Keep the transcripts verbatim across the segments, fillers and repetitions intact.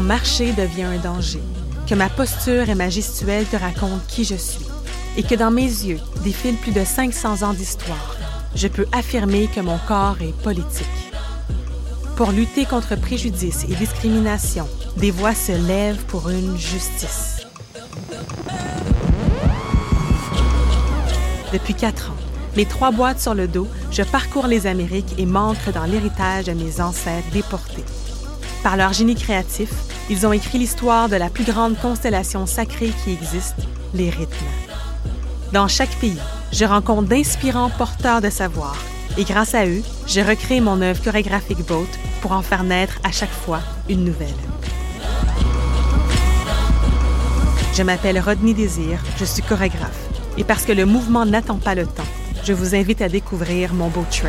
marcher devient un danger, que ma posture et ma gestuelle te racontent qui je suis, et que dans mes yeux défilent plus de cinq cents ans d'histoire, je peux affirmer que mon corps est politique. Pour lutter contre préjudices et discriminations, des voix se lèvent pour une justice. Depuis quatre ans, les trois boîtes sur le dos, je parcours les Amériques et m'ancre dans l'héritage de mes ancêtres déportés. Par leur génie créatif, ils ont écrit l'histoire de la plus grande constellation sacrée qui existe, les rythmes. Dans chaque pays, je rencontre d'inspirants porteurs de savoir et grâce à eux, je recrée mon œuvre chorégraphique Boat pour en faire naître à chaque fois une nouvelle. Je m'appelle Rodney Désir, je suis chorégraphe et parce que le mouvement n'attend pas le temps, je vous invite à découvrir mon Boat Trail.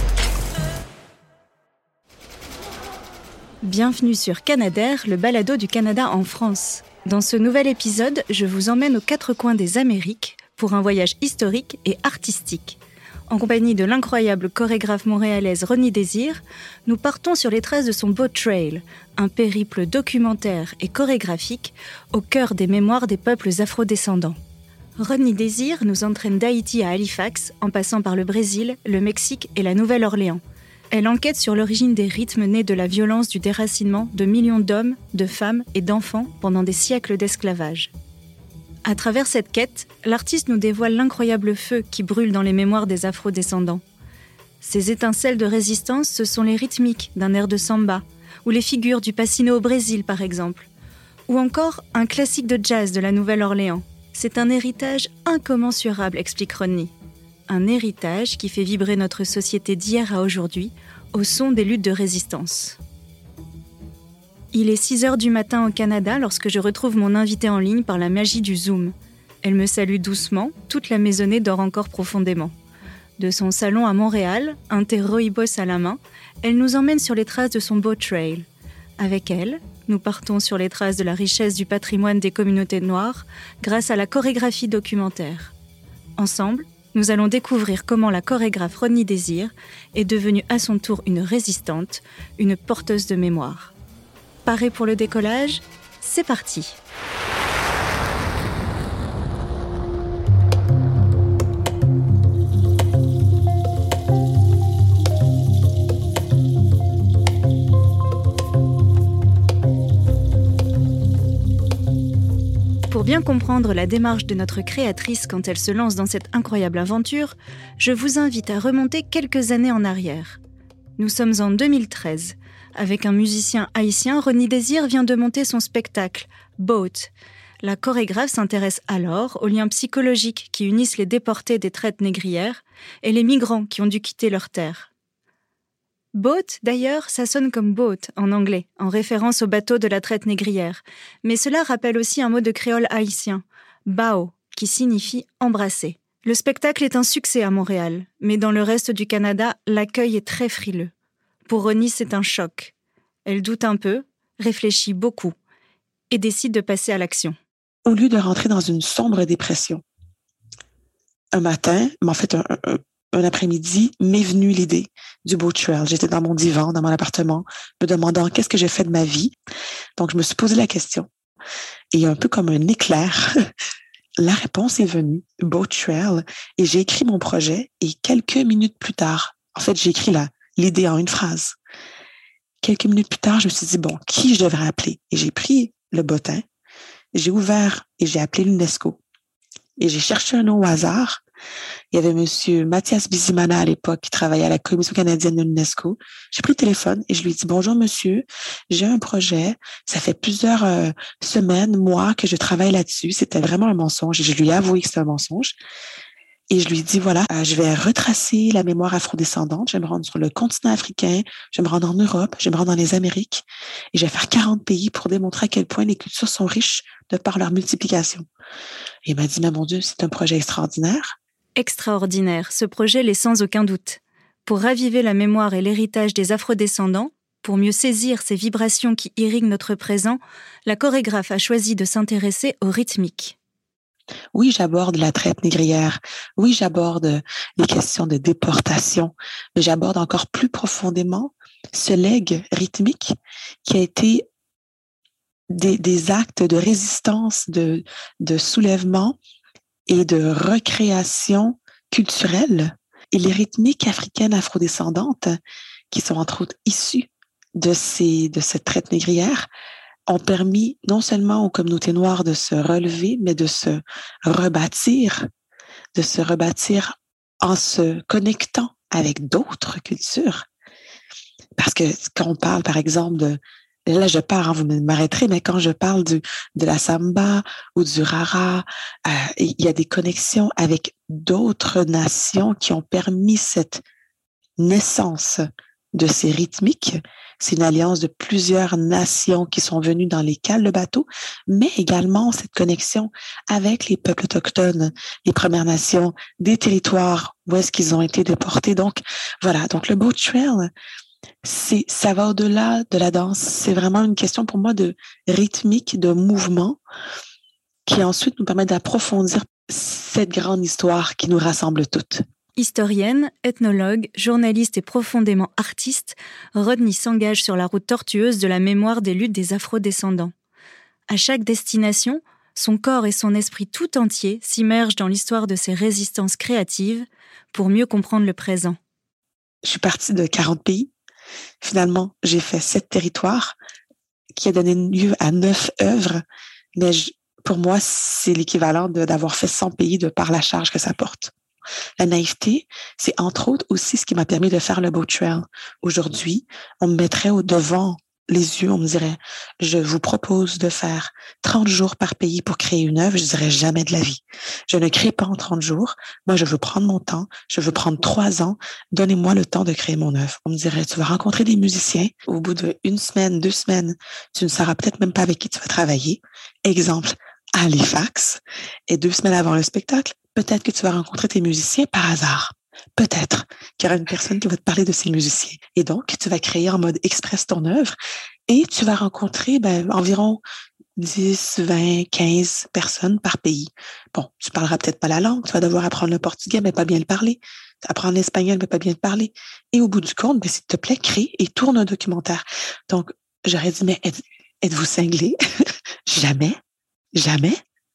Bienvenue sur Canadair, le balado du Canada en France. Dans ce nouvel épisode, je vous emmène aux quatre coins des Amériques pour un voyage historique et artistique. En compagnie de l'incroyable chorégraphe montréalaise Rodney Désir, nous partons sur les traces de son Boat Trail, un périple documentaire et chorégraphique au cœur des mémoires des peuples afrodescendants. Rodney Désir nous entraîne d'Haïti à Halifax, en passant par le Brésil, le Mexique et la Nouvelle-Orléans. Elle enquête sur l'origine des rythmes nés de la violence du déracinement de millions d'hommes, de femmes et d'enfants pendant des siècles d'esclavage. À travers cette quête, l'artiste nous dévoile l'incroyable feu qui brûle dans les mémoires des afro-descendants. Ces étincelles de résistance, ce sont les rythmiques d'un air de samba, ou les figures du Pacino au Brésil par exemple, ou encore un classique de jazz de la Nouvelle-Orléans. C'est un héritage incommensurable, explique Rodney. Un héritage qui fait vibrer notre société d'hier à aujourd'hui, au son des luttes de résistance. Il est six heures du matin au Canada lorsque je retrouve mon invitée en ligne par la magie du Zoom. Elle me salue doucement, toute la maisonnée dort encore profondément. De son salon à Montréal, un thé rooibos à la main, elle nous emmène sur les traces de son Boat Trail. Avec elle, nous partons sur les traces de la richesse du patrimoine des communautés noires grâce à la chorégraphie documentaire. Ensemble, nous allons découvrir comment la chorégraphe Rodney Désir est devenue à son tour une résistante, une porteuse de mémoire. Paré pour le décollage, c'est parti! Pour bien comprendre la démarche de notre créatrice quand elle se lance dans cette incroyable aventure, je vous invite à remonter quelques années en arrière. Nous sommes en deux mille treize. Avec un musicien haïtien, Rodney Désir vient de monter son spectacle « Boat ». La chorégraphe s'intéresse alors aux liens psychologiques qui unissent les déportés des traites négrières et les migrants qui ont dû quitter leur terre. Boat, d'ailleurs, ça sonne comme boat en anglais, en référence au bateau de la traite négrière. Mais cela rappelle aussi un mot de créole haïtien, bao, qui signifie embrasser. Le spectacle est un succès à Montréal, mais dans le reste du Canada, l'accueil est très frileux. Pour Rodney, c'est un choc. Elle doute un peu, réfléchit beaucoup et décide de passer à l'action. Au lieu de rentrer dans une sombre dépression, un matin, mais en fait un, un, un après-midi, m'est venue l'idée du Boat Trail. J'étais dans mon divan, dans mon appartement, me demandant qu'est-ce que j'ai fait de ma vie. Donc, je me suis posé la question. Et un peu comme un éclair, la réponse est venue, Boat Trail, et j'ai écrit mon projet. Et quelques minutes plus tard, en fait, j'ai écrit la l'idée en une phrase. Quelques minutes plus tard, je me suis dit, bon, qui je devrais appeler? Et j'ai pris le bottin, j'ai ouvert et j'ai appelé l'UNESCO. Et j'ai cherché un nom au hasard. Il y avait monsieur Mathias Bizimana à l'époque qui travaillait à la Commission canadienne de l'UNESCO. J'ai pris le téléphone et je lui ai dit, bonjour monsieur, j'ai un projet. Ça fait plusieurs euh, semaines, mois que je travaille là-dessus. C'était vraiment un mensonge. Et je lui ai avoué que c'était un mensonge. Et je lui dis, voilà, euh, je vais retracer la mémoire afrodescendante, je vais me rendre sur le continent africain, je vais me rendre en Europe, je vais me rendre dans les Amériques, et je vais faire quarante pays pour démontrer à quel point les cultures sont riches de par leur multiplication. Et il m'a dit, mais mon Dieu, c'est un projet extraordinaire. Extraordinaire, ce projet l'est sans aucun doute. Pour raviver la mémoire et l'héritage des afrodescendants, pour mieux saisir ces vibrations qui irriguent notre présent, la chorégraphe a choisi de s'intéresser aux rythmiques. Oui, j'aborde la traite négrière. Oui, j'aborde les questions de déportation. Mais j'aborde encore plus profondément ce legs rythmique qui a été des, des actes de résistance, de, de soulèvement et de recréation culturelle. Et les rythmiques africaines afrodescendantes, qui sont entre autres issues de, ces, de cette traite négrière, ont permis non seulement aux communautés noires de se relever, mais de se rebâtir, de se rebâtir en se connectant avec d'autres cultures. Parce que quand on parle, par exemple, de là, je pars, hein, vous m'arrêterez, mais quand je parle du, de la samba ou du rara, euh, il y a des connexions avec d'autres nations qui ont permis cette naissance de ces rythmiques. C'est une alliance de plusieurs nations qui sont venues dans les cales de bateaux, mais également cette connexion avec les peuples autochtones, les Premières Nations, des territoires où est-ce qu'ils ont été déportés. Donc, voilà. Donc, le boat trail, c'est, ça va au-delà de la danse. C'est vraiment une question pour moi de rythmique, de mouvement, qui ensuite nous permet d'approfondir cette grande histoire qui nous rassemble toutes. Historienne, ethnologue, journaliste et profondément artiste, Rodney s'engage sur la route tortueuse de la mémoire des luttes des Afro-descendants. À chaque destination, son corps et son esprit tout entier s'immergent dans l'histoire de ces résistances créatives pour mieux comprendre le présent. Je suis partie de quarante pays. Finalement, j'ai fait sept territoires qui a donné lieu à neuf œuvres. Mais je, pour moi, c'est l'équivalent de, d'avoir fait cent pays de par la charge que ça porte. La naïveté, c'est entre autres aussi ce qui m'a permis de faire le boat trail. Aujourd'hui, on me mettrait au devant les yeux, on me dirait, je vous propose de faire trente jours par pays pour créer une œuvre. Je dirais jamais de la vie. Je ne crée pas en trente jours. Moi, je veux prendre mon temps. Je veux prendre trois ans. Donnez-moi le temps de créer mon œuvre. On me dirait, tu vas rencontrer des musiciens. Au bout d'une semaine, deux semaines, tu ne sauras peut-être même pas avec qui tu vas travailler. Exemple, à Halifax. Et deux semaines avant le spectacle, peut-être que tu vas rencontrer tes musiciens par hasard. Peut-être qu'il y aura une personne qui va te parler de ces musiciens. Et donc, tu vas créer en mode express ton œuvre et tu vas rencontrer ben, environ dix, vingt, quinze personnes par pays. Bon, tu parleras peut-être pas la langue, tu vas devoir apprendre le portugais, mais pas bien le parler. Apprendre l'espagnol, mais pas bien le parler. Et au bout du compte, ben, s'il te plaît, crée et tourne un documentaire. Donc, j'aurais dit, mais êtes, êtes-vous cinglés? Jamais. Jamais.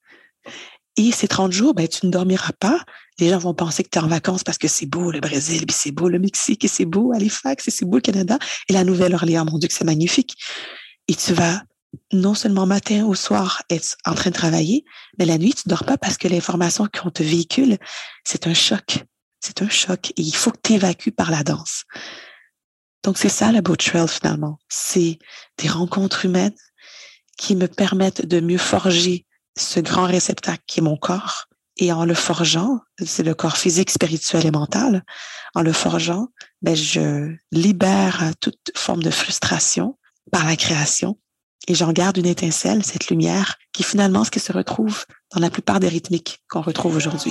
Et ces trente jours, ben, tu ne dormiras pas. Les gens vont penser que tu es en vacances parce que c'est beau le Brésil, puis c'est beau le Mexique, et c'est beau Halifax, et c'est beau le Canada, et la Nouvelle-Orléans, mon Dieu, que c'est magnifique. Et tu vas non seulement matin au soir être en train de travailler, mais la nuit, tu ne dors pas parce que l'information qu'on te véhicule, c'est un choc. C'est un choc. Et il faut que tu évacues par la danse. Donc, c'est ça le boat trail, finalement. C'est des rencontres humaines qui me permettent de mieux forger ce grand réceptacle qui est mon corps. Et en le forgeant, c'est le corps physique, spirituel et mental, en le forgeant, ben, je libère toute forme de frustration par la création et j'en garde une étincelle, cette lumière, qui est finalement ce qui se retrouve dans la plupart des rythmiques qu'on retrouve aujourd'hui.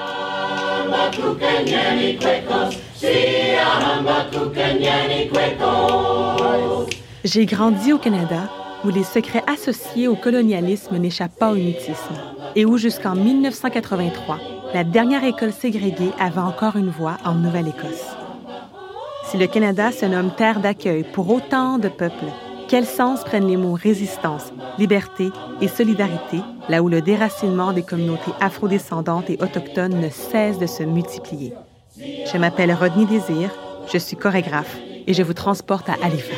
J'ai grandi au Canada, où les secrets associés au colonialisme n'échappent pas au mutisme, et où jusqu'en dix-neuf cent quatre-vingt-trois, la dernière école ségrégée avait encore une voix en Nouvelle-Écosse. Si le Canada se nomme terre d'accueil pour autant de peuples, quel sens prennent les mots résistance, liberté et solidarité, là où le déracinement des communautés afrodescendantes et autochtones ne cesse de se multiplier? Je m'appelle Rodney Désir, je suis chorégraphe et je vous transporte à Halifax.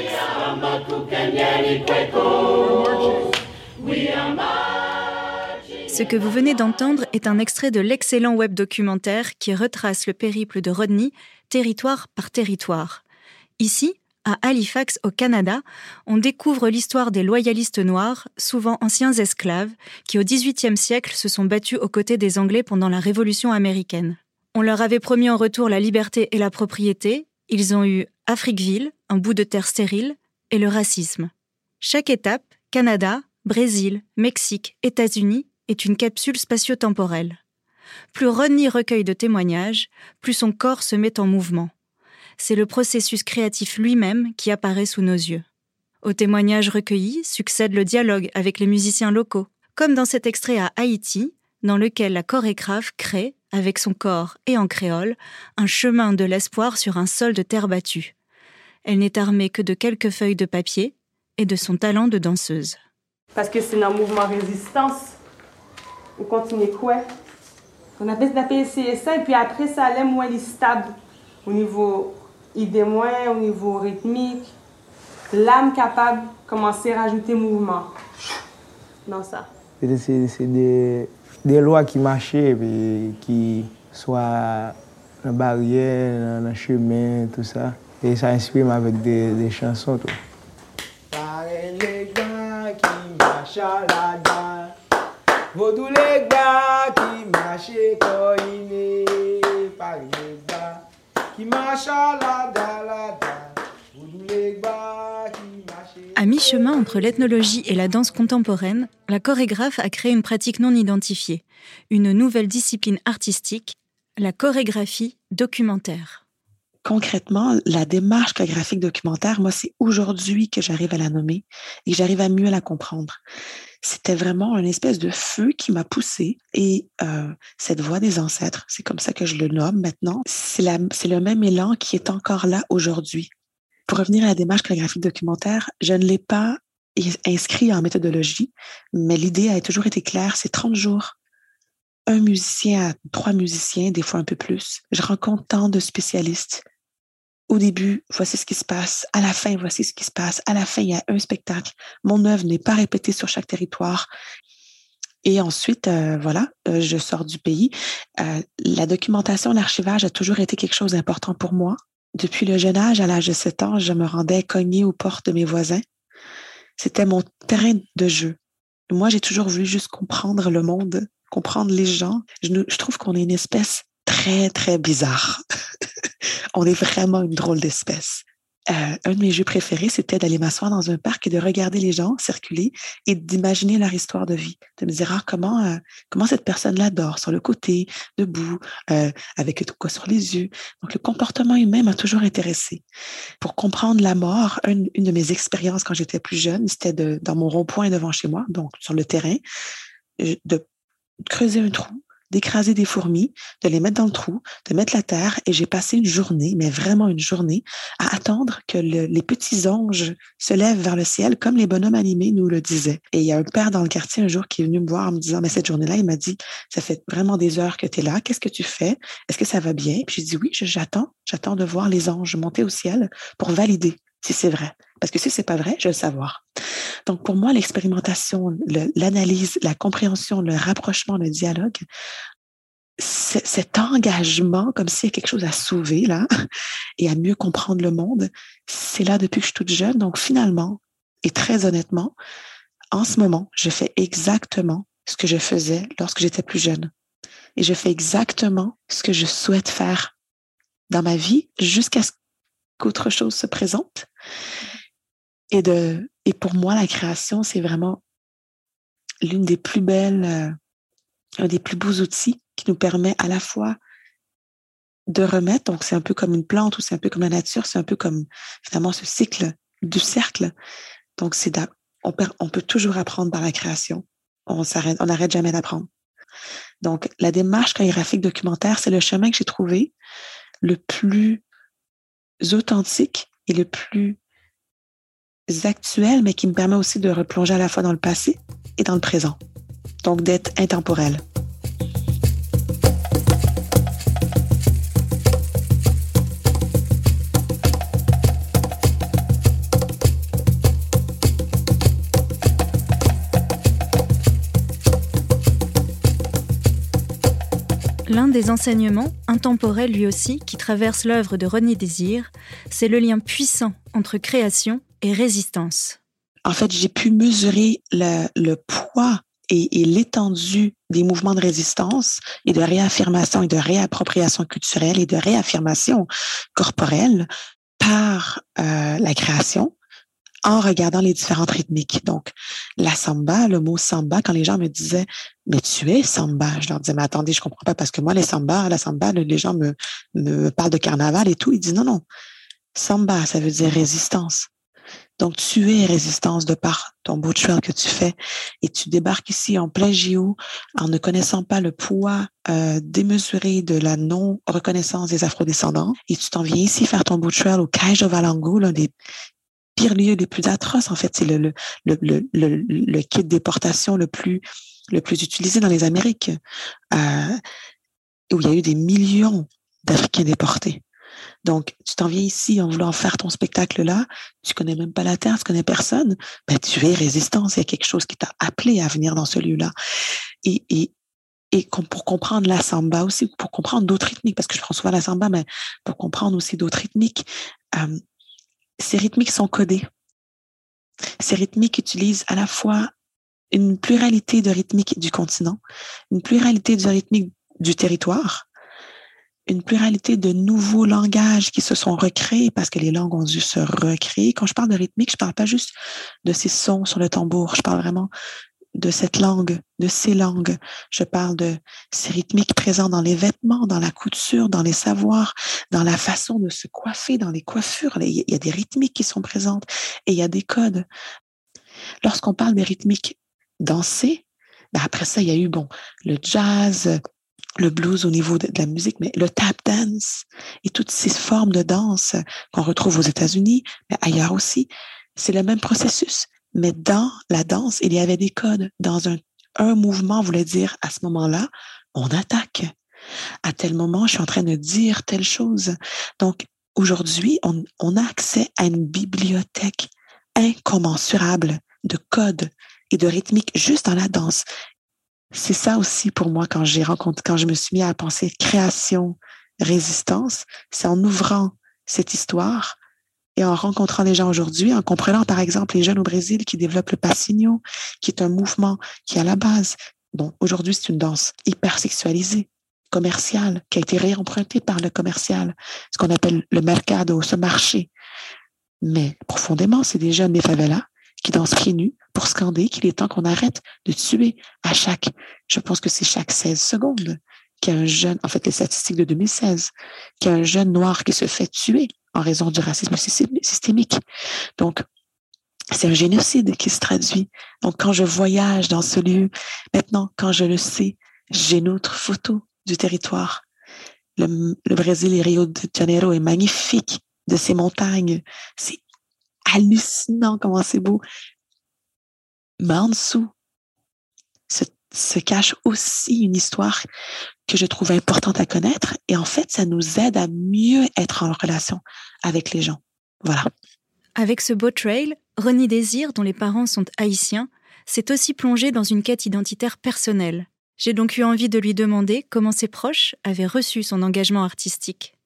Ce que vous venez d'entendre est un extrait de l'excellent web documentaire qui retrace le périple de Rodney, territoire par territoire. Ici, à Halifax, au Canada, on découvre l'histoire des loyalistes noirs, souvent anciens esclaves, qui au dix-huitième siècle se sont battus aux côtés des Anglais pendant la Révolution américaine. On leur avait promis en retour la liberté et la propriété. Ils ont eu Afriqueville, un bout de terre stérile, et le racisme. Chaque étape, Canada, Brésil, Mexique, États-Unis, est une capsule spatio-temporelle. Plus Rodney recueille de témoignages, plus son corps se met en mouvement. C'est le processus créatif lui-même qui apparaît sous nos yeux. Aux témoignages recueillis succède le dialogue avec les musiciens locaux, comme dans cet extrait à Haïti, dans lequel la chorégraphe crée, avec son corps et en créole, un chemin de l'espoir sur un sol de terre battue. Elle n'est armée que de quelques feuilles de papier et de son talent de danseuse. Parce que c'est dans le mouvement résistance. On continue quoi? On avait d'appeler C S A, et puis après, ça allait moins stable. Au niveau idée moins, au niveau rythmique. L'âme capable de commencer à rajouter mouvement dans ça. C'est, c'est des, des lois qui marchaient, qui soient dans la barrière, dans le chemin, tout ça. Et ça inspire avec des, des chansons. Tout. Les gars qui marchent à la dalle, vaudou les gars qui marchent coïnés, par les gars qui marchent à la dalle, vaudou les gars qui marchent. À mi-chemin entre l'ethnologie et la danse contemporaine, la chorégraphe a créé une pratique non identifiée, une nouvelle discipline artistique, la chorégraphie documentaire. Concrètement, la démarche chorégraphique documentaire, moi, c'est aujourd'hui que j'arrive à la nommer et que j'arrive à mieux la comprendre. C'était vraiment une espèce de feu qui m'a poussée et euh, cette voix des ancêtres, c'est comme ça que je le nomme maintenant, c'est, la, c'est le même élan qui est encore là aujourd'hui. Pour revenir à la démarche chorégraphique documentaire, je ne l'ai pas inscrit en méthodologie, mais l'idée a toujours été claire, c'est trente jours. Un musicien à trois musiciens, des fois un peu plus. Je rencontre tant de spécialistes. Au début, voici ce qui se passe. À la fin, voici ce qui se passe. À la fin, il y a un spectacle. Mon œuvre n'est pas répétée sur chaque territoire. Et ensuite, euh, voilà, euh, je sors du pays. Euh, la documentation, l'archivage a toujours été quelque chose d'important pour moi. Depuis le jeune âge, à l'âge de sept ans, je me rendais cogner aux portes de mes voisins. C'était mon terrain de jeu. Moi, j'ai toujours voulu juste comprendre le monde, comprendre les gens. Je, je trouve qu'on est une espèce très, très bizarre. On est vraiment une drôle d'espèce. Euh, un de mes jeux préférés, c'était d'aller m'asseoir dans un parc et de regarder les gens circuler et d'imaginer leur histoire de vie. De me dire, ah, comment, euh, comment cette personne-là dort, sur le côté, debout, euh, avec tout quoi sur les yeux. Donc, le comportement humain m'a toujours intéressée. Pour comprendre la mort, une, une de mes expériences quand j'étais plus jeune, c'était de, dans mon rond-point devant chez moi, donc sur le terrain, de creuser un trou, d'écraser des fourmis, de les mettre dans le trou, de mettre la terre, et j'ai passé une journée, mais vraiment une journée, à attendre que le, les petits anges se lèvent vers le ciel, comme les bonhommes animés nous le disaient. Et il y a un père dans le quartier un jour qui est venu me voir en me disant, mais cette journée-là, il m'a dit, ça fait vraiment des heures que tu es là, qu'est-ce que tu fais? Est-ce que ça va bien? Puis j'ai dit, oui, je, j'attends, j'attends de voir les anges monter au ciel pour valider si c'est vrai. Parce que si c'est pas vrai, je veux le savoir. Donc, pour moi, l'expérimentation, le, l'analyse, la compréhension, le rapprochement, le dialogue, c'est, cet engagement, comme s'il y a quelque chose à sauver, là, et à mieux comprendre le monde, c'est là depuis que je suis toute jeune. Donc, finalement, et très honnêtement, en ce moment, je fais exactement ce que je faisais lorsque j'étais plus jeune. Et je fais exactement ce que je souhaite faire dans ma vie jusqu'à ce qu'autre chose se présente. Et, de, et pour moi, la création, c'est vraiment l'une des plus belles, euh, un des plus beaux outils qui nous permet à la fois de remettre, donc c'est un peu comme une plante ou c'est un peu comme la nature, c'est un peu comme finalement ce cycle du cercle. Donc, c'est on, peut, on peut toujours apprendre par la création. On s'arrête, on n'arrête jamais d'apprendre. Donc, la démarche chorégraphique documentaire, c'est le chemin que j'ai trouvé le plus authentique et le plus actuel, mais qui me permet aussi de replonger à la fois dans le passé et dans le présent. Donc, d'être intemporel. L'un des enseignements, intemporels lui aussi, qui traverse l'œuvre de Rodney Désir, c'est le lien puissant entre création et résistance. En fait, j'ai pu mesurer le, le poids et, et l'étendue des mouvements de résistance et de réaffirmation et de réappropriation culturelle et de réaffirmation corporelle par euh, la création, en regardant les différentes rythmiques. Donc, la samba, le mot samba, quand les gens me disaient « mais tu es samba », je leur disais « mais attendez, je comprends pas parce que moi, les samba, la samba, les gens me, me parlent de carnaval et tout. » Ils disent « non, non, samba, ça veut dire résistance. Donc, tu es résistance de par ton beau trail que tu fais et tu débarques ici en plein J O en ne connaissant pas le poids euh, démesuré de la non-reconnaissance des afrodescendants et tu t'en viens ici faire ton beau trail au Caijo Valango, l'un des pires lieux, les plus atroces. En fait, c'est le, le, le, le, le, le kit de déportation le plus, le plus utilisé dans les Amériques, euh, où il y a eu des millions d'Africains déportés. Donc, tu t'en viens ici en voulant faire ton spectacle là, tu connais même pas la terre, tu connais personne, ben, tu es résistance, il y a quelque chose qui t'a appelé à venir dans ce lieu-là. Et, et, et pour comprendre la samba aussi, pour comprendre d'autres rythmiques, parce que je prends souvent la samba, mais pour comprendre aussi d'autres rythmiques, euh, ces rythmiques sont codées. Ces rythmiques utilisent à la fois une pluralité de rythmiques du continent, une pluralité de rythmiques du territoire, une pluralité de nouveaux langages qui se sont recréés parce que les langues ont dû se recréer. Quand je parle de rythmique, je parle pas juste de ces sons sur le tambour, je parle vraiment de cette langue, de ces langues. Je parle de ces rythmiques présents dans les vêtements, dans la couture, dans les savoirs, dans la façon de se coiffer, dans les coiffures. Il y a des rythmiques qui sont présentes et il y a des codes. Lorsqu'on parle des rythmiques dansées, ben après ça, il y a eu, bon, le jazz, le blues au niveau de, de la musique, mais le tap dance et toutes ces formes de danse qu'on retrouve aux États-Unis, mais ailleurs aussi, c'est le même processus. Mais dans la danse, il y avait des codes. Dans un, un mouvement voulait dire, à ce moment-là, on attaque. À tel moment, je suis en train de dire telle chose. Donc, aujourd'hui, on, on a accès à une bibliothèque incommensurable de codes et de rythmiques juste dans la danse. C'est ça aussi pour moi quand j'ai rencontré, quand je me suis mis à penser création, résistance, c'est en ouvrant cette histoire et en rencontrant les gens aujourd'hui, en comprenant par exemple les jeunes au Brésil qui développent le passinho, qui est un mouvement qui à la base, bon, aujourd'hui c'est une danse hyper sexualisée, commerciale, qui a été réempruntée par le commercial, ce qu'on appelle le mercado, ce marché. Mais profondément, c'est des jeunes des favelas qui dansent pieds nus pour scander qu'il est temps qu'on arrête de tuer à chaque, je pense que c'est chaque seize secondes, qu'il y a un jeune, en fait les statistiques de deux mille seize, qu'il y a un jeune noir qui se fait tuer en raison du racisme systémique. Donc, c'est un génocide qui se traduit. Donc, quand je voyage dans ce lieu, maintenant, quand je le sais, j'ai une autre photo du territoire. Le, le Brésil et Rio de Janeiro est magnifique de ces montagnes. C'est hallucinant comment c'est beau. Mais en dessous se, se cache aussi une histoire que je trouve importante à connaître. Et en fait, ça nous aide à mieux être en relation avec les gens. Voilà. Avec ce beau trail, Ronnie Désir, dont les parents sont haïtiens, s'est aussi plongé dans une quête identitaire personnelle. J'ai donc eu envie de lui demander comment ses proches avaient reçu son engagement artistique.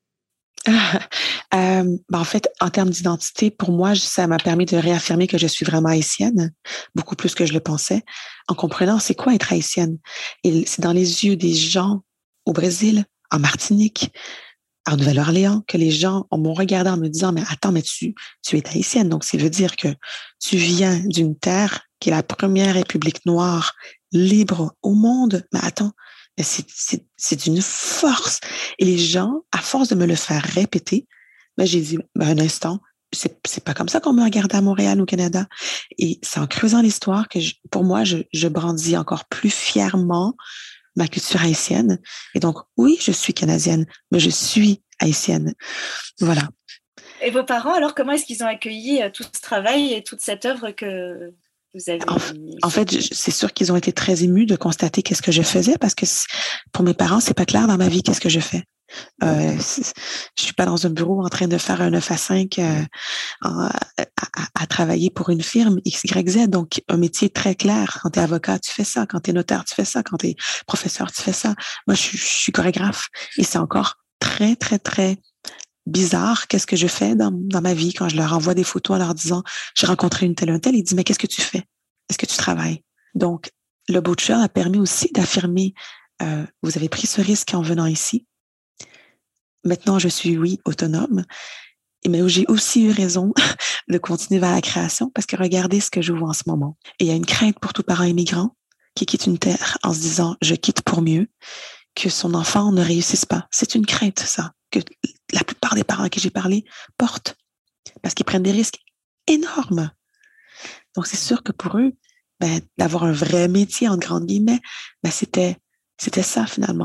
euh, ben en fait, en termes d'identité, pour moi, ça m'a permis de réaffirmer que je suis vraiment haïtienne, beaucoup plus que je le pensais, en comprenant c'est quoi être haïtienne. Et c'est dans les yeux des gens au Brésil, en Martinique, en Nouvelle-Orléans, que les gens m'ont regardé en me disant, mais attends, mais tu, tu es haïtienne, donc ça veut dire que tu viens d'une terre qui est la première république noire libre au monde. Mais attends, mais c'est, c'est, c'est d'une force. Et les gens, à force de me le faire répéter, ben j'ai dit, ben un instant, c'est, c'est pas comme ça qu'on me regarde à Montréal, au Canada. Et c'est en creusant l'histoire que, je, pour moi, je, je brandis encore plus fièrement ma culture haïtienne. Et donc, oui, je suis canadienne, mais je suis haïtienne. Voilà. Et vos parents, alors, comment est-ce qu'ils ont accueilli tout ce travail et toute cette œuvre que vous avez... En, en fait, je, c'est sûr qu'ils ont été très émus de constater qu'est-ce que je faisais parce que pour mes parents, c'est pas clair dans ma vie qu'est-ce que je fais. Euh, je suis pas dans un bureau en train de faire un neuf à cinq euh, à, à, à travailler pour une firme X Y Z. Donc, un métier très clair. Quand tu es avocat, tu fais ça. Quand tu es notaire, tu fais ça. Quand tu es professeur, tu fais ça. Moi, je, je suis chorégraphe et c'est encore très, très, très bizarre. Qu'est-ce que je fais dans, dans ma vie quand je leur envoie des photos en leur disant j'ai rencontré une telle, un tel. Ils disent mais qu'est-ce que tu fais? Est-ce que tu travailles? Donc, le Beau Trail a permis aussi d'affirmer euh, vous avez pris ce risque en venant ici. Maintenant, je suis, oui, autonome, mais j'ai aussi eu raison de continuer vers la création parce que regardez ce que je vois en ce moment. Et il y a une crainte pour tout parent immigrant qui quitte une terre en se disant « je quitte pour mieux », que son enfant ne réussisse pas. C'est une crainte, ça, que la plupart des parents à qui j'ai parlé portent parce qu'ils prennent des risques énormes. Donc, c'est sûr que pour eux, ben, d'avoir un vrai métier, en grandes guillemets, ben, c'était, c'était ça finalement.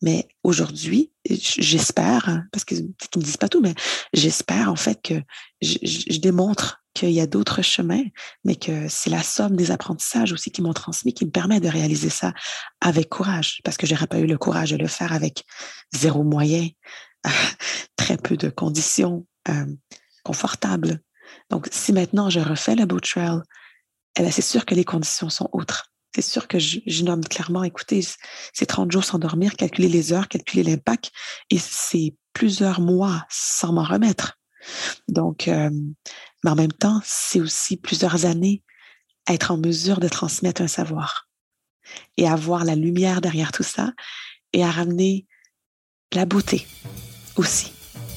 Mais aujourd'hui, j'espère, parce qu'ils ne me disent pas tout, mais j'espère en fait que je, je démontre qu'il y a d'autres chemins, mais que c'est la somme des apprentissages aussi qui m'ont transmis qui me permet de réaliser ça avec courage, parce que j'aurais pas eu le courage de le faire avec zéro moyen, très peu de conditions euh, confortables. Donc, si maintenant je refais le boat trail, eh bien, c'est sûr que les conditions sont autres. C'est sûr que je, je nomme clairement, écoutez, c'est trente jours sans dormir, calculer les heures, calculer l'impact, et c'est plusieurs mois sans m'en remettre. Donc, euh, mais en même temps, c'est aussi plusieurs années à être en mesure de transmettre un savoir et à voir la lumière derrière tout ça et à ramener la beauté aussi.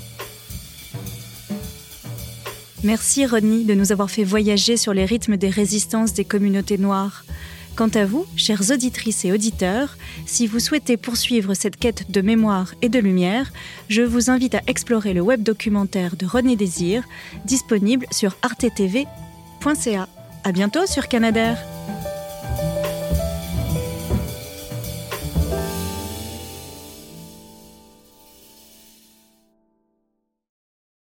Merci Rodney de nous avoir fait voyager sur les rythmes des résistances des communautés noires. Quant à vous, chères auditrices et auditeurs, si vous souhaitez poursuivre cette quête de mémoire et de lumière, je vous invite à explorer le web documentaire de Rodney Désir, disponible sur arte t v point c a. À bientôt sur Canadair.